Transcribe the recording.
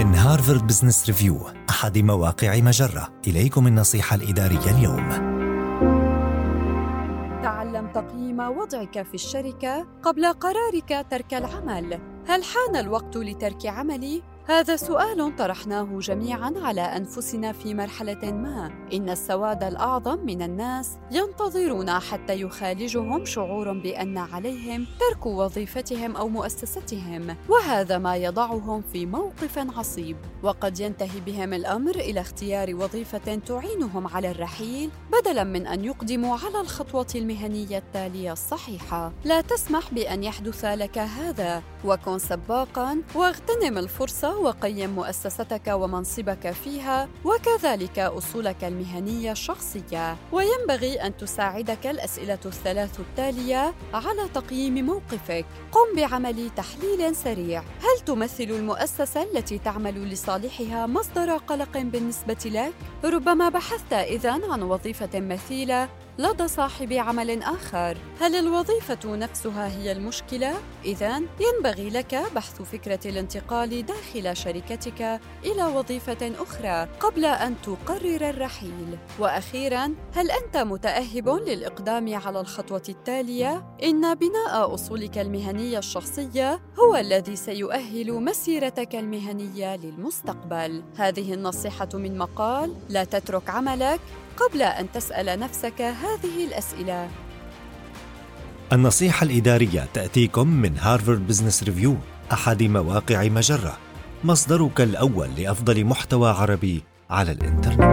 من هارفارد بزنس ريفيو، أحد مواقع مجرة. إليكم النصيحة الإدارية اليوم. تعلم تقييم وضعك في الشركة قبل قرارك ترك العمل. هل حان الوقت لترك عملي؟ هذا سؤال طرحناه جميعاً على أنفسنا في مرحلة ما. إن السواد الأعظم من الناس ينتظرون حتى يخالجهم شعور بأن عليهم ترك وظيفتهم أو مؤسستهم، وهذا ما يضعهم في موقف عصيب. وقد ينتهي بهم الأمر إلى اختيار وظيفة تعينهم على الرحيل بدلاً من أن يقدموا على الخطوة المهنية التالية الصحيحة. لا تسمح بأن يحدث لك هذا، وكن سباقاً واغتنم الفرصة وقيم مؤسستك ومنصبك فيها، وكذلك أصولك المهنية الشخصية. وينبغي أن تساعدك الأسئلة الثلاث التالية على تقييم موقفك. قم بعمل تحليل سريع. هل تمثل المؤسسة التي تعمل لصالحها مصدر قلق بالنسبة لك؟ ربما بحثت إذن عن وظيفة مثيلة لدى صاحب عمل آخر. هل الوظيفة نفسها هي المشكلة؟ إذن ينبغي لك بحث فكرة الانتقال داخل شركتك إلى وظيفة أخرى قبل أن تقرر الرحيل. وأخيراً، هل أنت متأهب للإقدام على الخطوة التالية؟ إن بناء أصولك المهنية الشخصية هو الذي سيؤهل مسيرتك المهنية للمستقبل. هذه النصيحة من مقال لا تترك عملك قبل أن تسأل نفسك هذه الأسئلة. النصيحة الإدارية تأتيكم من هارفارد بزنس ريفيو، أحد مواقع مجرة، مصدرك الأول لأفضل محتوى عربي على الإنترنت.